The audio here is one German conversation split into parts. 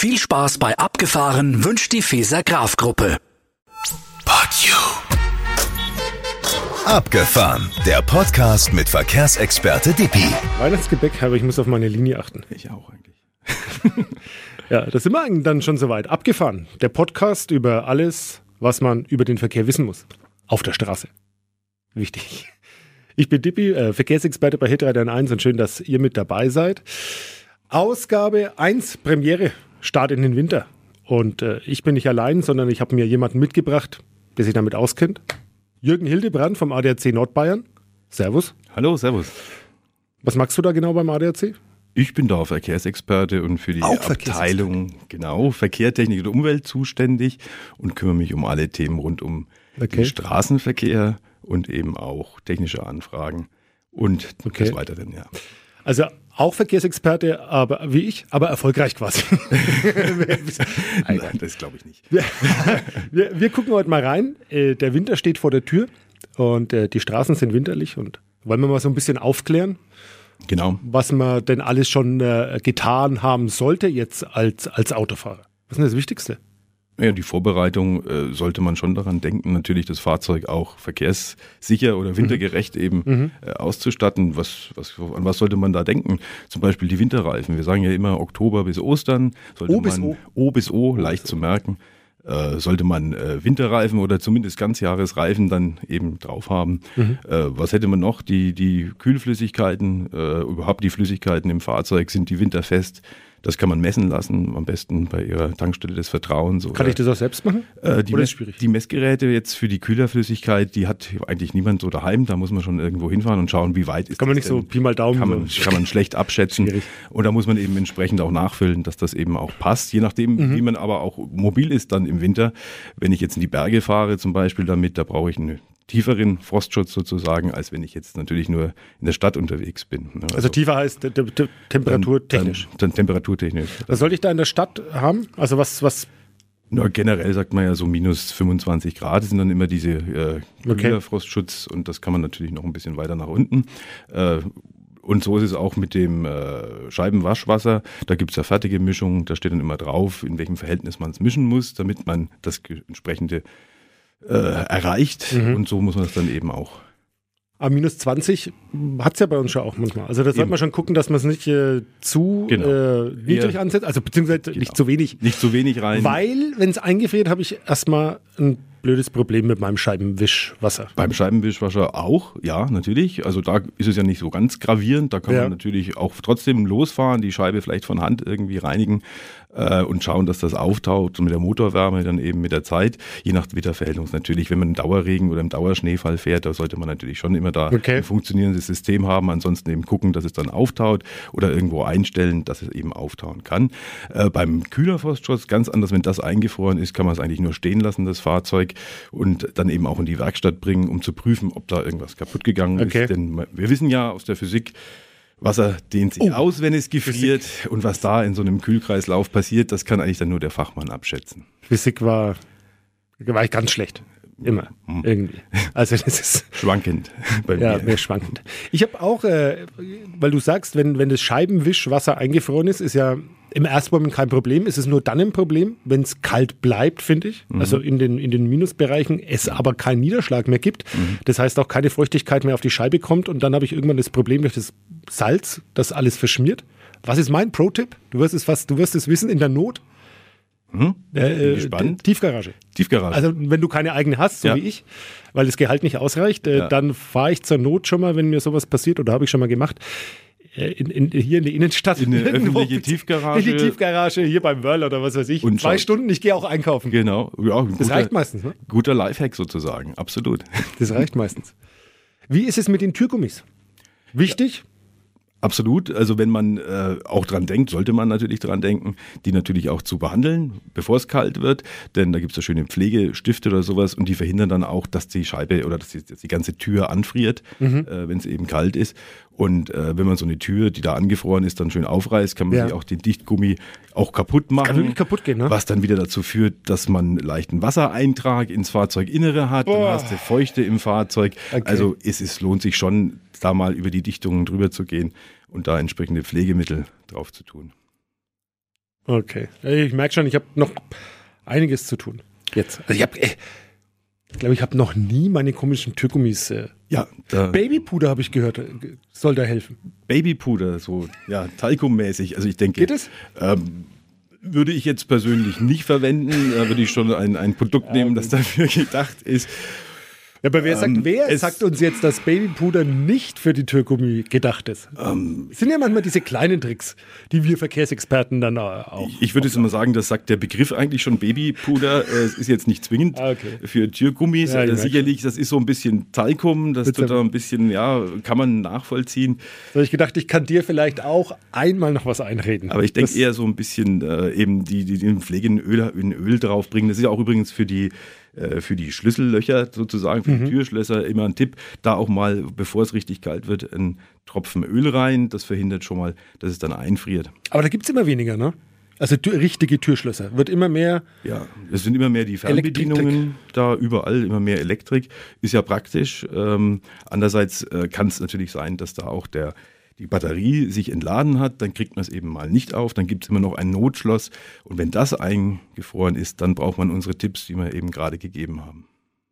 Viel Spaß bei Abgefahren wünscht die Feser Graf Gruppe. Abgefahren, der Podcast mit Verkehrsexperte Dippi. Weihnachtsgebäck, aber ich muss auf meine Linie achten. Ich auch eigentlich. Ja, da sind wir eigentlich dann schon soweit. Abgefahren, der Podcast über alles, was man über den Verkehr wissen muss. Auf der Straße. Wichtig. Ich bin Dippi, Verkehrsexperte bei Hitride N1 und schön, dass ihr mit dabei seid. Ausgabe 1, Premiere, Start in den Winter. Und ich bin nicht allein, sondern ich habe mir jemanden mitgebracht, der sich damit auskennt. Jürgen Hildebrand vom ADAC Nordbayern. Servus. Hallo, servus. Was machst du da genau beim ADAC? Ich bin da Verkehrsexperte und für die Abteilung Verkehr, Technik und Umwelt zuständig und kümmere mich um alle Themen rund um den Straßenverkehr und eben auch technische Anfragen und des Weiteren, ja. Also auch Verkehrsexperte, aber wie ich, aber erfolgreich quasi. Nein, das glaube ich nicht. Wir gucken heute mal rein. Der Winter steht vor der Tür und die Straßen sind winterlich und wollen wir mal so ein bisschen aufklären, genau, was man denn alles schon getan haben sollte jetzt als Autofahrer. Was ist denn das Wichtigste? Ja, die Vorbereitung sollte man schon daran denken, natürlich das Fahrzeug auch verkehrssicher oder wintergerecht auszustatten. An was sollte man da denken? Zum Beispiel die Winterreifen. Wir sagen ja immer Oktober bis Ostern. O bis O, leicht zu merken. Sollte man Winterreifen oder zumindest Ganzjahresreifen dann eben drauf haben. Was hätte man noch? Die Kühlflüssigkeiten, überhaupt die Flüssigkeiten im Fahrzeug, sind die winterfest? Das kann man messen lassen, am besten bei Ihrer Tankstelle des Vertrauens. Kann ich das auch selbst machen? Oder ist schwierig? Die Messgeräte jetzt für die Kühlerflüssigkeit, die hat eigentlich niemand so daheim. Da muss man schon irgendwo hinfahren und schauen, wie weit ist das. Kann man nicht so Pi mal Daumen. Kann man schlecht abschätzen. Schwierig. Und da muss man eben entsprechend auch nachfüllen, dass das eben auch passt. Je nachdem, wie man aber auch mobil ist dann im Winter. Wenn ich jetzt in die Berge fahre zum Beispiel damit, da brauche ich einen tieferen Frostschutz sozusagen, als wenn ich jetzt natürlich nur in der Stadt unterwegs bin. Also tiefer heißt temperaturtechnisch? Dann temperaturtechnisch. Was soll ich da in der Stadt haben? Also was? Na, generell sagt man ja so minus 25 Grad sind dann immer diese Frostschutz und das kann man natürlich noch ein bisschen weiter nach unten. Und so ist es auch mit dem Scheibenwaschwasser. Da gibt es ja fertige Mischungen, da steht dann immer drauf, in welchem Verhältnis man es mischen muss, damit man das entsprechende erreicht. Und so muss man das dann eben auch. Aber minus 20 hat es ja bei uns schon auch manchmal. Also da sollte man schon gucken, dass man es nicht zu niedrig ansetzt, also beziehungsweise nicht zu wenig. Nicht zu wenig rein. Weil, wenn es eingefriert, habe ich erstmal ein blödes Problem mit meinem Scheibenwischwasser. Beim Scheibenwischwasser auch, ja, natürlich. Also da ist es ja nicht so ganz gravierend. Da kann man natürlich auch trotzdem losfahren, die Scheibe vielleicht von Hand irgendwie reinigen und schauen, dass das auftaut und mit der Motorwärme dann eben mit der Zeit, je nach Wetterverhältnis natürlich. Wenn man im Dauerregen oder im Dauerschneefall fährt, da sollte man natürlich schon immer da ein funktionierendes System haben. Ansonsten eben gucken, dass es dann auftaut oder irgendwo einstellen, dass es eben auftauen kann. Beim Kühlerfrostschutz ganz anders, wenn das eingefroren ist, kann man es eigentlich nur stehen lassen, das Fahrzeug, und dann eben auch in die Werkstatt bringen, um zu prüfen, ob da irgendwas kaputt gegangen ist. Denn wir wissen ja aus der Physik, Wasser dehnt sich aus, wenn es gefriert. Und was da in so einem Kühlkreislauf passiert, das kann eigentlich dann nur der Fachmann abschätzen. Physik war ich ganz schlecht. Immer. Irgendwie. Also das ist schwankend bei mir. Ja, mehr schwankend. Ich habe auch, weil du sagst, wenn das Scheibenwischwasser eingefroren ist ja im ersten Moment kein Problem. Es ist nur dann ein Problem, wenn es kalt bleibt, finde ich. Also in den Minusbereichen, es aber keinen Niederschlag mehr gibt. Das heißt auch keine Feuchtigkeit mehr auf die Scheibe kommt. Und dann habe ich irgendwann das Problem durch das Salz, das alles verschmiert. Was ist mein Pro-Tipp? Du wirst es wissen, in der Not. Gespannt. Tiefgarage. Also wenn du keine eigene hast, so wie ich, weil das Gehalt nicht ausreicht, dann fahre ich zur Not schon mal, wenn mir sowas passiert, oder habe ich schon mal gemacht, hier in die Innenstadt. In eine öffentliche Tiefgarage. In die Tiefgarage, hier beim Wörl oder was weiß ich. Und 2 Stunden, ich gehe auch einkaufen. Genau. Ja, das reicht meistens, ne? Guter Lifehack sozusagen, absolut. Das reicht meistens. Wie ist es mit den Türgummis? Wichtig? Ja. Absolut, also wenn man auch dran denkt, sollte man natürlich dran denken, die natürlich auch zu behandeln, bevor es kalt wird, denn da gibt es ja schöne Pflegestifte oder sowas und die verhindern dann auch, dass die Scheibe oder dass die ganze Tür anfriert, wenn es eben kalt ist. Und wenn man so eine Tür, die da angefroren ist, dann schön aufreißt, kann man sich auch den Dichtgummi auch kaputt machen. Kann wirklich kaputt gehen, ne? Was dann wieder dazu führt, dass man leichten Wassereintrag ins Fahrzeuginnere hat, dann hast du Feuchte im Fahrzeug. Okay. Also es lohnt sich schon, da mal über die Dichtungen drüber zu gehen und da entsprechende Pflegemittel drauf zu tun. Okay. Ich merke schon, ich habe noch einiges zu tun. Jetzt. Also ich glaube, ich habe noch nie meine komischen Türgummis. Ja, Babypuder habe ich gehört, soll da helfen. Babypuder, so ja, Talcum-mäßig. Also ich denke, geht es? Würde ich jetzt persönlich nicht verwenden. Da würde ich schon ein Produkt nehmen, das dafür gedacht ist. Ja, aber wer sagt uns jetzt, dass Babypuder nicht für die Türgummi gedacht ist? Es sind ja manchmal diese kleinen Tricks, die wir Verkehrsexperten dann auch. Ich würde jetzt mal sagen, das sagt der Begriff eigentlich schon Babypuder. Es ist jetzt nicht zwingend für Türgummis. Ja, sicherlich, das ist so ein bisschen Talcum, das tut da ein bisschen, ja, kann man nachvollziehen. Da habe ich gedacht, ich kann dir vielleicht auch einmal noch was einreden. Aber ich denke eher so ein bisschen eben die Pflege in Öl draufbringen. Das ist ja auch übrigens für die Schlüssellöcher sozusagen, für die Türschlösser immer ein Tipp, da auch mal, bevor es richtig kalt wird, einen Tropfen Öl rein. Das verhindert schon mal, dass es dann einfriert. Aber da gibt es immer weniger, ne? Also richtige Türschlösser. Wird immer mehr. Ja, es sind immer mehr die Fernbedienungen da überall, immer mehr Elektrik. Ist ja praktisch. Andererseits kann es natürlich sein, dass da auch die Batterie sich entladen hat, dann kriegt man es eben mal nicht auf, dann gibt es immer noch ein Notschloss und wenn das eingefroren ist, dann braucht man unsere Tipps, die wir eben gerade gegeben haben.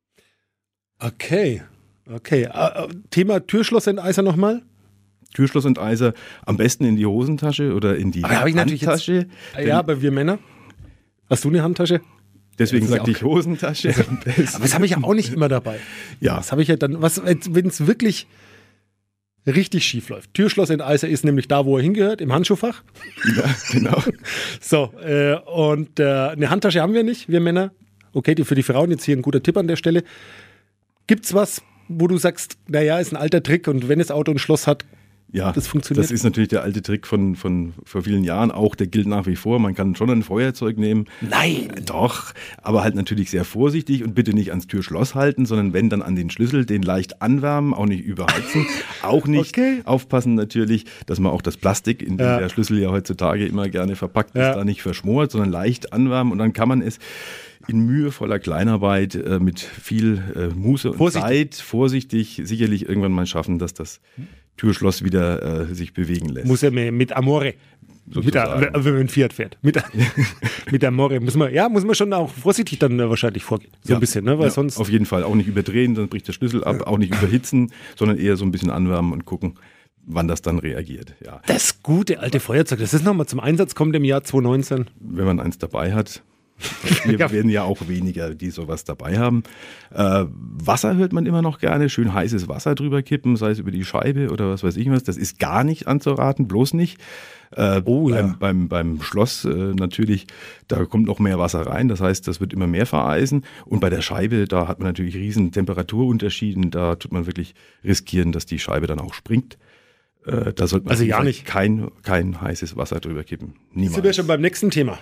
Okay. Thema Türschlossenteiser nochmal? Türschlossenteiser am besten in die Hosentasche oder in die Handtasche. Ja, aber wir Männer. Hast du eine Handtasche? Deswegen sagte ich Hosentasche. Aber das habe ich ja auch nicht immer dabei. Ja. Das habe ich ja dann, wenn es wirklich richtig schief läuft. Türschlossenteiser ist nämlich da, wo er hingehört, im Handschuhfach. Ja, genau. So, und eine Handtasche haben wir nicht, wir Männer. Okay, für die Frauen jetzt hier ein guter Tipp an der Stelle. Gibt's was, wo du sagst, naja, ist ein alter Trick und wenn das Auto ein Schloss hat, ja, das funktioniert? Das ist natürlich der alte Trick von vor vielen Jahren auch, der gilt nach wie vor. Man kann schon ein Feuerzeug nehmen. Nein! Doch, aber halt natürlich sehr vorsichtig und bitte nicht ans Türschloss halten, sondern wenn dann an den Schlüssel, den leicht anwärmen, auch nicht überheizen. Auch nicht aufpassen natürlich, dass man auch das Plastik, in dem der Schlüssel ja heutzutage immer gerne verpackt ist, da nicht verschmort, sondern leicht anwärmen und dann kann man es in mühevoller Kleinarbeit mit viel Muße und Zeit vorsichtig sicherlich irgendwann mal schaffen, dass das Türschloss wieder sich bewegen lässt. Muss er mit Amore. Wenn man ein Fiat fährt. Mit Amore. Muss man schon auch vorsichtig dann wahrscheinlich vorgehen. So ein bisschen, ne? Weil sonst auf jeden Fall auch nicht überdrehen, dann bricht der Schlüssel ab, auch nicht überhitzen, sondern eher so ein bisschen anwärmen und gucken, wann das dann reagiert. Ja. Das gute alte Feuerzeug, das ist nochmal zum Einsatz kommt im Jahr 2019. Wenn man eins dabei hat. Wir werden ja auch weniger, die sowas dabei haben. Wasser hört man immer noch gerne, schön heißes Wasser drüber kippen, sei es über die Scheibe oder was weiß ich was. Das ist gar nicht anzuraten, bloß nicht. Beim Schloss natürlich, da kommt noch mehr Wasser rein, das heißt, das wird immer mehr vereisen. Und bei der Scheibe, da hat man natürlich riesen Temperaturunterschieden, da tut man wirklich riskieren, dass die Scheibe dann auch springt. Da sollte man ja nicht kein heißes Wasser drüber kippen. Niemals. Sind wir schon beim nächsten Thema.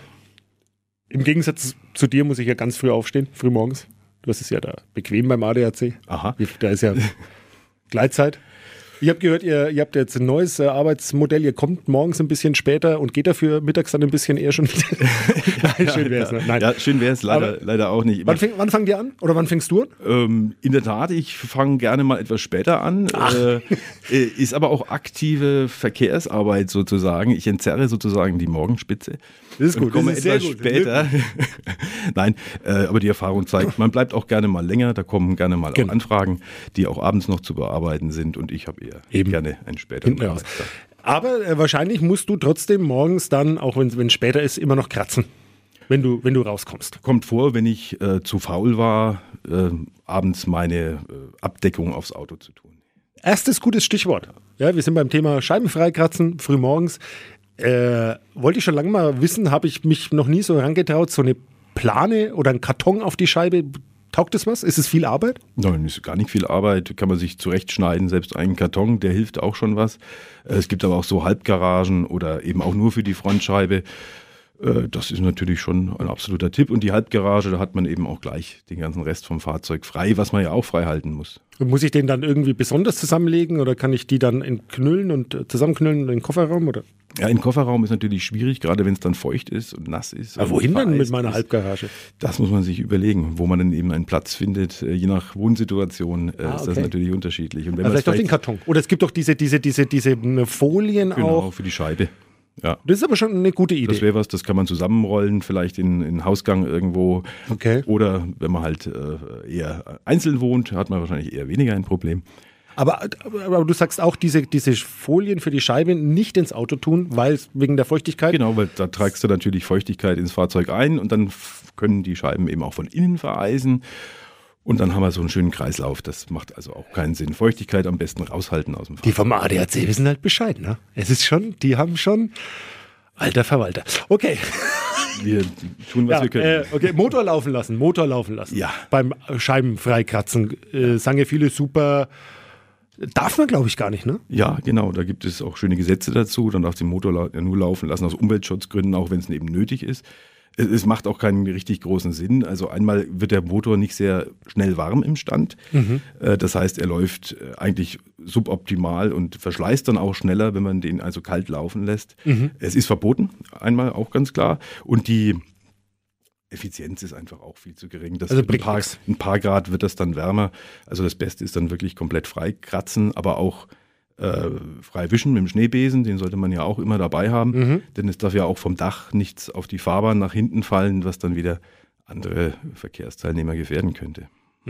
Im Gegensatz zu dir muss ich ja ganz früh aufstehen, früh morgens. Du hast es ja da bequem beim ADAC. Aha. Da ist ja Gleitzeit. Ich habe gehört, ihr habt jetzt ein neues Arbeitsmodell. Ihr kommt morgens ein bisschen später und geht dafür mittags dann ein bisschen eher schon wieder. Nein, schön wäre es. Ne? Nein. Ja, schön wäre es leider auch nicht. Wann fangt ihr an? Oder wann fängst du an? In der Tat, ich fange gerne mal etwas später an. Ist aber auch aktive Verkehrsarbeit sozusagen. Ich entzerre sozusagen die Morgenspitze. Das ist gut. Komme etwas später. Nein, aber die Erfahrung zeigt, man bleibt auch gerne mal länger. Da kommen gerne mal auch Anfragen, die auch abends noch zu bearbeiten sind. Und ich habe eher gerne einen späteren Arbeitstag. Aber wahrscheinlich musst du trotzdem morgens dann, auch wenn es später ist, immer noch kratzen, wenn du rauskommst. Kommt vor, wenn ich zu faul war, abends meine Abdeckung aufs Auto zu tun. Erstes gutes Stichwort. Ja, wir sind beim Thema Scheibenfreikratzen, frühmorgens. Wollte ich schon lange mal wissen, habe ich mich noch nie so herangetraut, so eine Plane oder ein Karton auf die Scheibe. Taugt das was? Ist es viel Arbeit? Nein, ist gar nicht viel Arbeit. Kann man sich zurechtschneiden. Selbst einen Karton, der hilft auch schon was. Es gibt aber auch so Halbgaragen oder eben auch nur für die Frontscheibe. Das ist natürlich schon ein absoluter Tipp. Und die Halbgarage, da hat man eben auch gleich den ganzen Rest vom Fahrzeug frei, was man ja auch frei halten muss. Und muss ich den dann irgendwie besonders zusammenlegen oder kann ich die dann zusammenknüllen in den Kofferraum? Oder? Ja, im Kofferraum ist natürlich schwierig, gerade wenn es dann feucht ist und nass ist. Aber wohin dann mit meiner Halbgarage? Das muss man sich überlegen, wo man dann eben einen Platz findet. Je nach Wohnsituation ist das natürlich unterschiedlich. Und wenn vielleicht doch den Karton. Oder es gibt doch diese Folien auch. Genau, für die Scheibe. Ja. Das ist aber schon eine gute Idee. Das wäre was, das kann man zusammenrollen, vielleicht in den Hausgang irgendwo. Okay. Oder wenn man halt eher einzeln wohnt, hat man wahrscheinlich eher weniger ein Problem. Aber du sagst auch, diese Folien für die Scheibe nicht ins Auto tun, weil wegen der Feuchtigkeit? Genau, weil da tragst du natürlich Feuchtigkeit ins Fahrzeug ein und dann können die Scheiben eben auch von innen vereisen. Und dann haben wir so einen schönen Kreislauf. Das macht also auch keinen Sinn. Feuchtigkeit am besten raushalten aus dem Fahrzeug. Die vom ADAC wissen halt Bescheid, ne? Es ist schon, die haben schon, alter Verwalter. Okay. Wir tun, was wir können. Okay, Motor laufen lassen. Ja. Beim Scheibenfreikratzen sagen ja viele super. Darf man, glaube ich, gar nicht, ne? Ja, genau. Da gibt es auch schöne Gesetze dazu. Dann darf den Motor nur laufen lassen aus Umweltschutzgründen, auch wenn es eben nötig ist. Es macht auch keinen richtig großen Sinn. Also einmal wird der Motor nicht sehr schnell warm im Stand. Das heißt, er läuft eigentlich suboptimal und verschleißt dann auch schneller, wenn man den also kalt laufen lässt. Es ist verboten, einmal auch ganz klar. Und die Effizienz ist einfach auch viel zu gering. Das also ein paar Grad wird das dann wärmer. Also das Beste ist dann wirklich komplett frei kratzen, aber auch frei wischen mit dem Schneebesen, den sollte man ja auch immer dabei haben, denn es darf ja auch vom Dach nichts auf die Fahrbahn nach hinten fallen, was dann wieder andere Verkehrsteilnehmer gefährden könnte.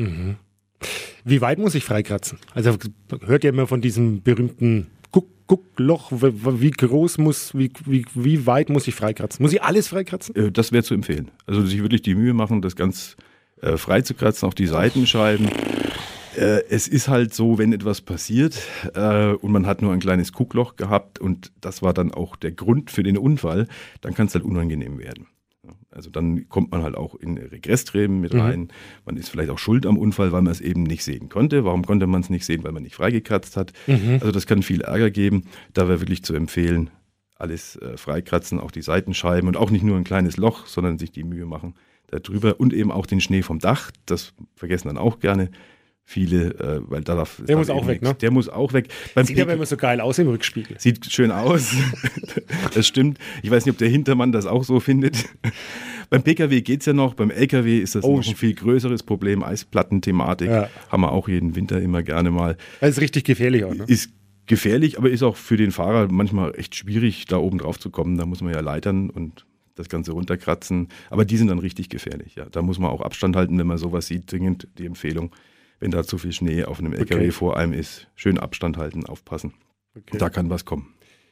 Wie weit muss ich freikratzen? Also hört ihr immer von diesem berühmten Guckloch, wie groß wie weit muss ich freikratzen? Muss ich alles freikratzen? Das wäre zu empfehlen. Also sich wirklich die Mühe machen, das ganz frei zu kratzen, auch die Seitenscheiben. Es ist halt so, wenn etwas passiert und man hat nur ein kleines Guckloch gehabt und das war dann auch der Grund für den Unfall, dann kann es halt unangenehm werden. Also dann kommt man halt auch in Regresstreben mit rein. Man ist vielleicht auch schuld am Unfall, weil man es eben nicht sehen konnte. Warum konnte man es nicht sehen? Weil man nicht freigekratzt hat. Also das kann viel Ärger geben. Da wäre wirklich zu empfehlen, alles freikratzen, auch die Seitenscheiben und auch nicht nur ein kleines Loch, sondern sich die Mühe machen darüber und eben auch den Schnee vom Dach. Das vergessen dann auch gerne viele, weil da darf... Der muss auch weg, ne? Der muss auch weg. Sieht aber immer so geil aus im Rückspiegel. Sieht schön aus, das stimmt. Ich weiß nicht, ob der Hintermann das auch so findet. Beim Pkw geht es ja noch, beim Lkw ist das noch ein viel größeres Problem. Eisplatten-Thematik haben wir auch jeden Winter immer gerne mal. Das ist richtig gefährlich auch, ne? Ist gefährlich, aber ist auch für den Fahrer manchmal echt schwierig, da oben drauf zu kommen. Da muss man ja leitern und das Ganze runterkratzen. Aber die sind dann richtig gefährlich. Ja, da muss man auch Abstand halten, wenn man sowas sieht. Dringend die Empfehlung, wenn da zu viel Schnee auf einem LKW vor einem ist, schön Abstand halten, aufpassen. Okay. Da kann was kommen.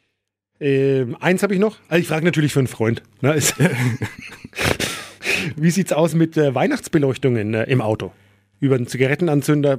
Eins habe ich noch. Also ich frage natürlich für einen Freund. Ne? Wie sieht es aus mit Weihnachtsbeleuchtungen im Auto? Über einen Zigarettenanzünder?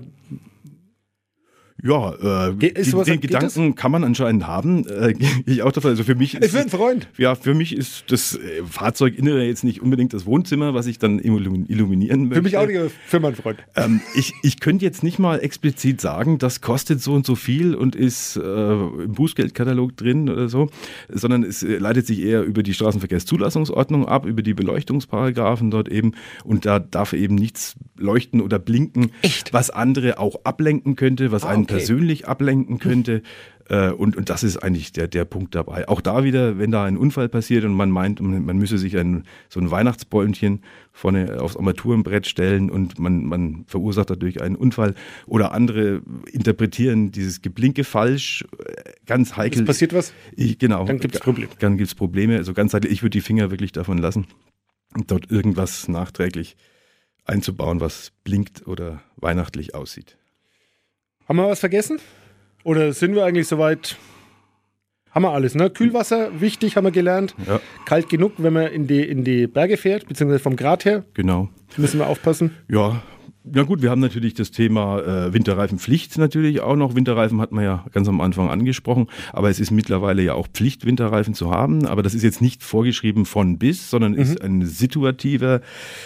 Ja, den Gedanken kann man anscheinend haben. Ich auch davon. Also für mich ist für einen Freund. Ja, für mich ist das Fahrzeuginnere jetzt nicht unbedingt das Wohnzimmer, was ich dann illuminieren möchte. Für mich auch nicht, für meinen Freund. Ich könnte jetzt nicht mal explizit sagen, das kostet so und so viel und ist im Bußgeldkatalog drin oder so, sondern es leitet sich eher über die Straßenverkehrszulassungsordnung ab, über die Beleuchtungsparagraphen dort eben, und da darf eben nichts leuchten oder blinken, was andere auch ablenken könnte, was einen persönlich ablenken könnte. Und das ist eigentlich der Punkt dabei. Auch da wieder, wenn da ein Unfall passiert und man meint, man müsse sich so ein Weihnachtsbäumchen vorne aufs Armaturenbrett stellen und man verursacht dadurch einen Unfall, oder andere interpretieren dieses Geblinke falsch, ganz heikel. Es passiert was? Genau. Dann gibt es Probleme. Dann gibt es Probleme. Also ganz heikel, ich würde die Finger wirklich davon lassen, dort irgendwas nachträglich einzubauen, was blinkt oder weihnachtlich aussieht. Haben wir was vergessen? Oder sind wir eigentlich soweit? Haben wir alles, ne? Kühlwasser, wichtig, haben wir gelernt. Ja. Kalt genug, wenn man in die Berge fährt, beziehungsweise vom Grad her. Genau. Müssen wir aufpassen. Ja. Ja gut, wir haben natürlich das Thema Winterreifenpflicht natürlich auch noch. Winterreifen hat man ja ganz am Anfang angesprochen, aber es ist mittlerweile ja auch Pflicht, Winterreifen zu haben. Aber das ist jetzt nicht vorgeschrieben von bis, sondern ist eine situative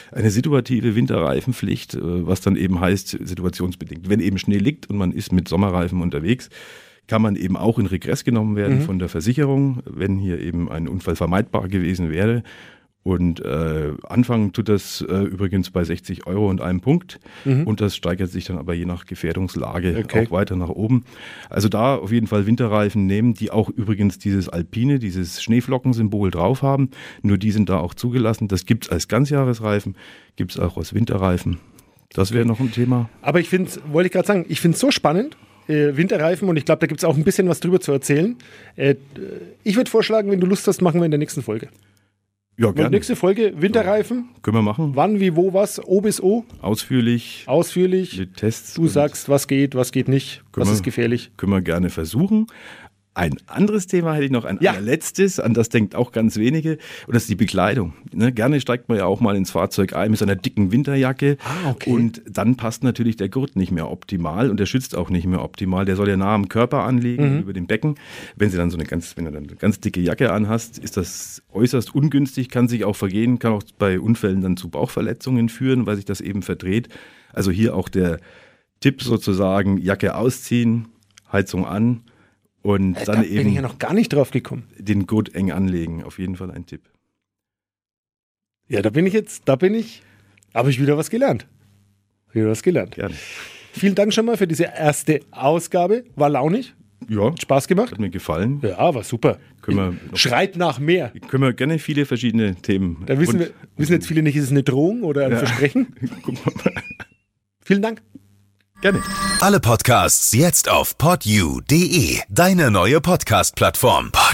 Winterreifenpflicht, was dann eben heißt, situationsbedingt. Wenn eben Schnee liegt und man ist mit Sommerreifen unterwegs, kann man eben auch in Regress genommen werden von der Versicherung, wenn hier eben ein Unfall vermeidbar gewesen wäre. Und anfangen tut das übrigens bei 60 € und einem Punkt. Und das steigert sich dann aber je nach Gefährdungslage auch weiter nach oben. Also da auf jeden Fall Winterreifen nehmen, die auch übrigens dieses Alpine, dieses Schneeflockensymbol drauf haben. Nur die sind da auch zugelassen. Das gibt es als Ganzjahresreifen, gibt es auch als Winterreifen. Das wäre noch ein Thema. Aber wollte ich gerade sagen, ich finde es so spannend, Winterreifen und ich glaube, da gibt es auch ein bisschen was drüber zu erzählen. Ich würde vorschlagen, wenn du Lust hast, machen wir in der nächsten Folge. Ja, gerne. Nächste Folge, Winterreifen. Können wir machen. Wann, wie, wo, was, O bis O. Ausführlich. Mit Tests. Du sagst, was geht nicht, was ist gefährlich. Können wir gerne versuchen. Ein anderes Thema hätte ich noch, ein allerletztes, an das denkt auch ganz wenige, und das ist die Bekleidung. Ne, gerne steigt man ja auch mal ins Fahrzeug ein mit so einer dicken Winterjacke und dann passt natürlich der Gurt nicht mehr optimal und der schützt auch nicht mehr optimal. Der soll ja nah am Körper anliegen, über dem Becken. Wenn du dann eine ganz dicke Jacke anhast, ist das äußerst ungünstig, kann sich auch vergehen, kann auch bei Unfällen dann zu Bauchverletzungen führen, weil sich das eben verdreht. Also hier auch der Tipp sozusagen, Jacke ausziehen, Heizung an. Und dann da eben bin ich ja noch gar nicht drauf gekommen. Den Gurt eng anlegen, auf jeden Fall ein Tipp. Ja, habe ich wieder was gelernt. Gerne. Vielen Dank schon mal für diese erste Ausgabe. War launig. Ja. Hat Spaß gemacht. Hat mir gefallen. Ja, war super. Schreit nach mehr. Können wir gerne viele verschiedene Themen. Da wissen jetzt viele nicht, ist es eine Drohung oder ein Versprechen? Vielen Dank. Gerne. Alle Podcasts jetzt auf podyou.de, deine neue Podcast-Plattform.